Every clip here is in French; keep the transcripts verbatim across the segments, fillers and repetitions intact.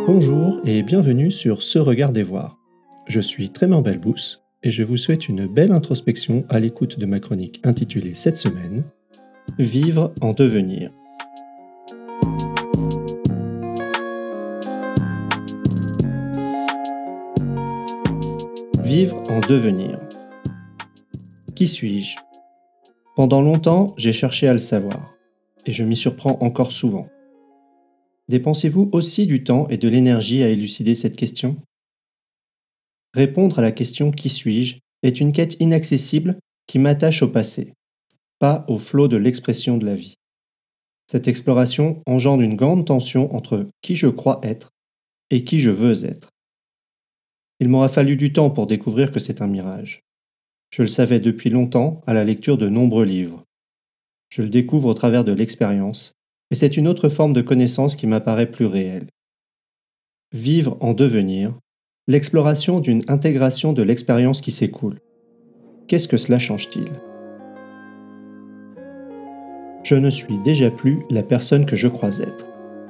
Bonjour et bienvenue sur Ce Regard des Voir. Je suis Trément Belbous et je vous souhaite une belle introspection à l'écoute de ma chronique intitulée cette semaine Vivre en devenir. Vivre en devenir. Qui suis-je? Pendant longtemps, j'ai cherché à le savoir et je m'y surprends encore souvent. Dépensez-vous aussi du temps et de l'énergie à élucider cette question? Répondre à la question Qui suis-je est une quête inaccessible qui m'attache au passé, pas au flot de l'expression de la vie. Cette exploration engendre une grande tension entre qui je crois être et qui je veux être. Il m'aura fallu du temps pour découvrir que c'est un mirage. Je le savais depuis longtemps à la lecture de nombreux livres. Je le découvre au travers de l'expérience, et c'est une autre forme de connaissance qui m'apparaît plus réelle. Vivre en devenir, l'exploration d'une intégration de l'expérience qui s'écoule. Qu'est-ce que cela change-t-il? Je ne suis déjà plus la personne que je crois être.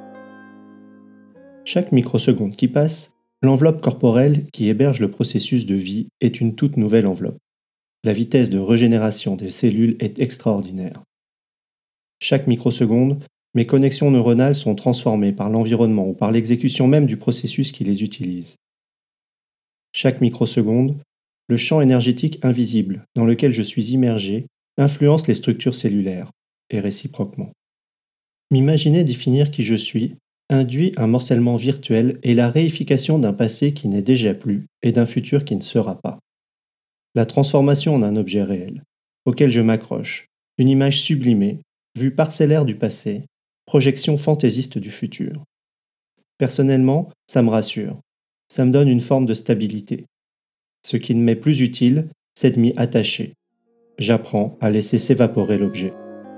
Chaque microseconde qui passe, l'enveloppe corporelle qui héberge le processus de vie est une toute nouvelle enveloppe. La vitesse de régénération des cellules est extraordinaire. Chaque microseconde, mes connexions neuronales sont transformées par l'environnement ou par l'exécution même du processus qui les utilise. Chaque microseconde, le champ énergétique invisible dans lequel je suis immergé influence les structures cellulaires, et réciproquement. M'imaginer définir qui je suis induit un morcellement virtuel et la réification d'un passé qui n'est déjà plus et d'un futur qui ne sera pas. La transformation en un objet réel, auquel je m'accroche, une image sublimée, vue parcellaire du passé, projection fantaisiste du futur. Personnellement, ça me rassure, ça me donne une forme de stabilité. Ce qui ne m'est plus utile, c'est de m'y attacher. J'apprends à laisser s'évaporer l'objet.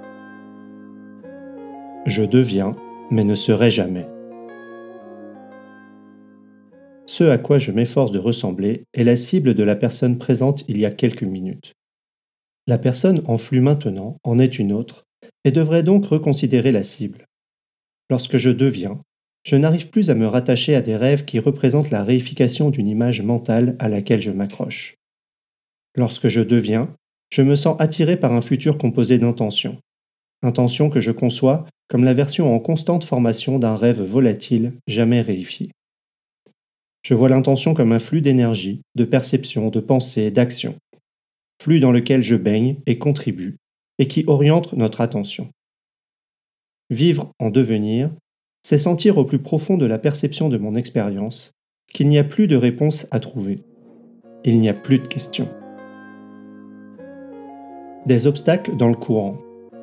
Je deviens, mais ne serai jamais. Ce à quoi je m'efforce de ressembler est la cible de la personne présente il y a quelques minutes. La personne en flux maintenant en est une autre et devrait donc reconsidérer la cible. Lorsque je deviens, je n'arrive plus à me rattacher à des rêves qui représentent la réification d'une image mentale à laquelle je m'accroche. Lorsque je deviens, je me sens attiré par un futur composé d'intentions. Intentions que je conçois comme la version en constante formation d'un rêve volatile, jamais réifié. Je vois l'intention comme un flux d'énergie, de perception, de pensée, d'action. Flux dans lequel je baigne et contribue, et qui oriente notre attention. Vivre en devenir, c'est sentir au plus profond de la perception de mon expérience qu'il n'y a plus de réponse à trouver. Il n'y a plus de questions. Des obstacles dans le courant.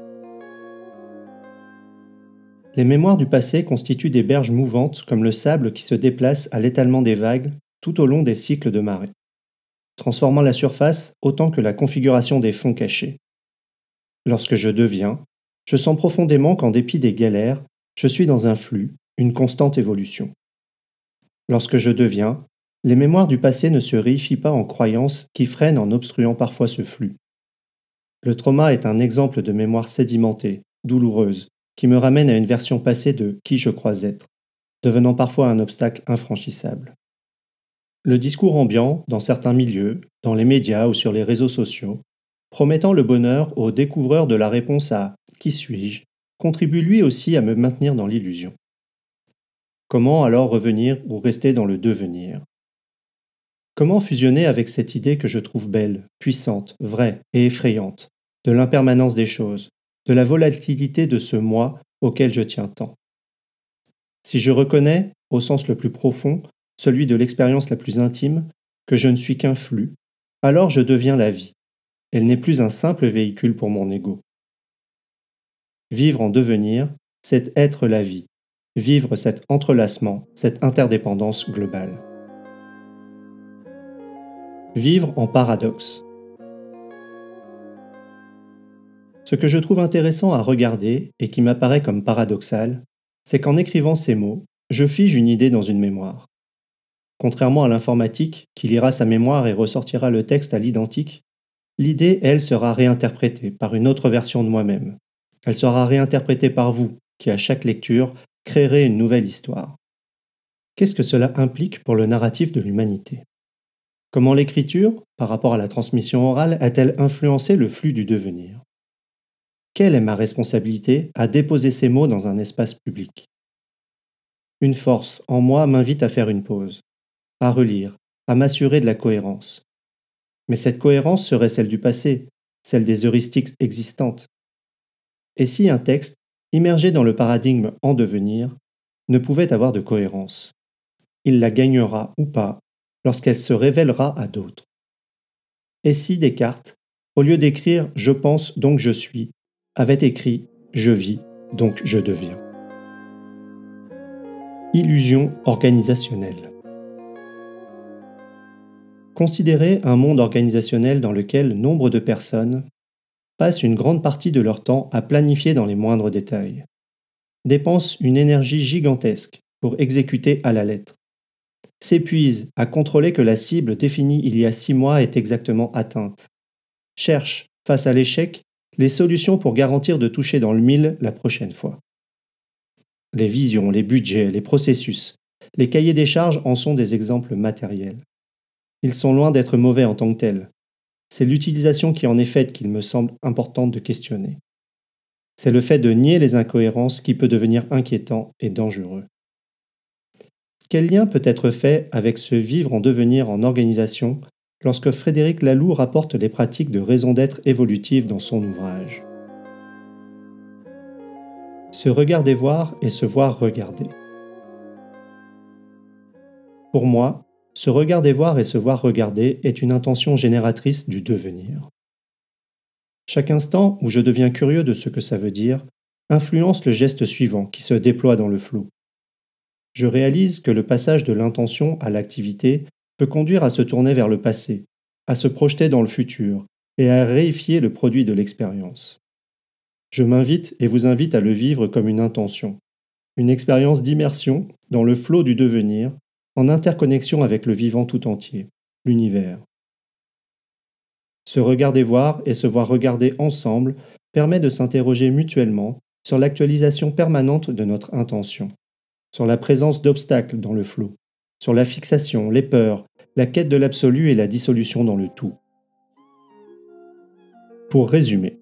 Les mémoires du passé constituent des berges mouvantes comme le sable qui se déplace à l'étalement des vagues tout au long des cycles de marée, transformant la surface autant que la configuration des fonds cachés. Lorsque je deviens, je sens profondément qu'en dépit des galères, je suis dans un flux, une constante évolution. Lorsque je deviens, les mémoires du passé ne se réifient pas en croyances qui freinent en obstruant parfois ce flux. Le trauma est un exemple de mémoire sédimentée, douloureuse, qui me ramène à une version passée de qui je crois être, devenant parfois un obstacle infranchissable. Le discours ambiant, dans certains milieux, dans les médias ou sur les réseaux sociaux, promettant le bonheur aux découvreurs de la réponse à « qui suis-je » contribue lui aussi à me maintenir dans l'illusion. Comment alors revenir ou rester dans le devenir? Comment fusionner avec cette idée que je trouve belle, puissante, vraie et effrayante, de l'impermanence des choses, de la volatilité de ce moi auquel je tiens tant? Si je reconnais, au sens le plus profond, celui de l'expérience la plus intime, que je ne suis qu'un flux, alors je deviens la vie. Elle n'est plus un simple véhicule pour mon ego. Vivre en devenir, c'est être la vie, vivre cet entrelacement, cette interdépendance globale. Vivre en paradoxe. Ce que je trouve intéressant à regarder et qui m'apparaît comme paradoxal, c'est qu'en écrivant ces mots, je fige une idée dans une mémoire. Contrairement à l'informatique, qui lira sa mémoire et ressortira le texte à l'identique, l'idée, elle, sera réinterprétée par une autre version de moi-même. Elle sera réinterprétée par vous, qui à chaque lecture créerez une nouvelle histoire. Qu'est-ce que cela implique pour le narratif de l'humanité? Comment l'écriture, par rapport à la transmission orale, a-t-elle influencé le flux du devenir? Quelle est ma responsabilité à déposer ces mots dans un espace public? Une force en moi m'invite à faire une pause, à relire, à m'assurer de la cohérence. Mais cette cohérence serait celle du passé, celle des heuristiques existantes. Et si un texte, immergé dans le paradigme en devenir, ne pouvait avoir de cohérence? Il la gagnera ou pas lorsqu'elle se révélera à d'autres. Et si Descartes, au lieu d'écrire « je pense donc je suis », avait écrit « je vis donc je deviens ». Illusion organisationnelle. Considérez un monde organisationnel dans lequel nombre de personnes passent une grande partie de leur temps à planifier dans les moindres détails, dépensent une énergie gigantesque pour exécuter à la lettre, s'épuisent à contrôler que la cible définie il y a six mois est exactement atteinte, cherchent, face à l'échec, les solutions pour garantir de toucher dans le mille la prochaine fois. Les visions, les budgets, les processus, les cahiers des charges en sont des exemples matériels. Ils sont loin d'être mauvais en tant que tels. C'est l'utilisation qui en est faite qu'il me semble importante de questionner. C'est le fait de nier les incohérences qui peut devenir inquiétant et dangereux. Quel lien peut être fait avec ce vivre en devenir en organisation lorsque Frédéric Laloux rapporte les pratiques de raison d'être évolutive dans son ouvrage? Se regarder voir et se voir regarder. Pour moi, se regarder voir et se voir regarder est une intention génératrice du devenir. Chaque instant où je deviens curieux de ce que ça veut dire influence le geste suivant qui se déploie dans le flot. Je réalise que le passage de l'intention à l'activité peut conduire à se tourner vers le passé, à se projeter dans le futur et à réifier le produit de l'expérience. Je m'invite et vous invite à le vivre comme une intention, une expérience d'immersion dans le flot du devenir, en interconnexion avec le vivant tout entier, l'univers. Se regarder voir et se voir regarder ensemble permet de s'interroger mutuellement sur l'actualisation permanente de notre intention, sur la présence d'obstacles dans le flot, sur la fixation, les peurs, la quête de l'absolu et la dissolution dans le tout. Pour résumer,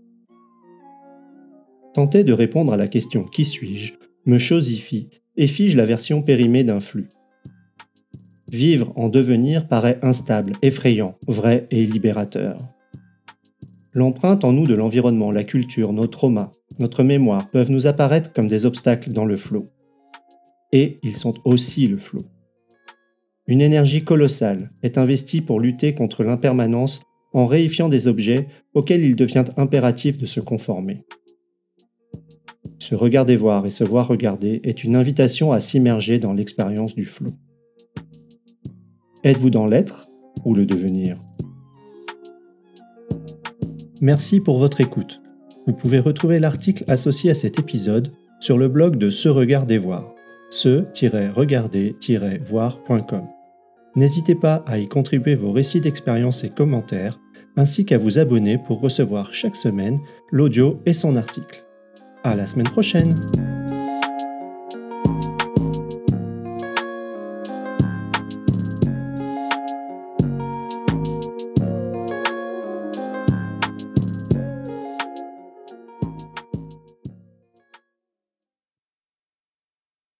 tenter de répondre à la question « Qui suis-je » me chosifie et fige la version périmée d'un flux. Vivre en devenir paraît instable, effrayant, vrai et libérateur. L'empreinte en nous de l'environnement, la culture, nos traumas, notre mémoire peuvent nous apparaître comme des obstacles dans le flot. Et ils sont aussi le flot. Une énergie colossale est investie pour lutter contre l'impermanence en réifiant des objets auxquels il devient impératif de se conformer. Se regarder voir et se voir regarder est une invitation à s'immerger dans l'expérience du flot. Êtes-vous dans l'être ou le devenir? Merci pour votre écoute. Vous pouvez retrouver l'article associé à cet épisode sur le blog de Se Regarder Voir, se tiret regarder tiret voir point com. N'hésitez pas à y contribuer vos récits d'expériences et commentaires, ainsi qu'à vous abonner pour recevoir chaque semaine l'audio et son article. À la semaine prochaine!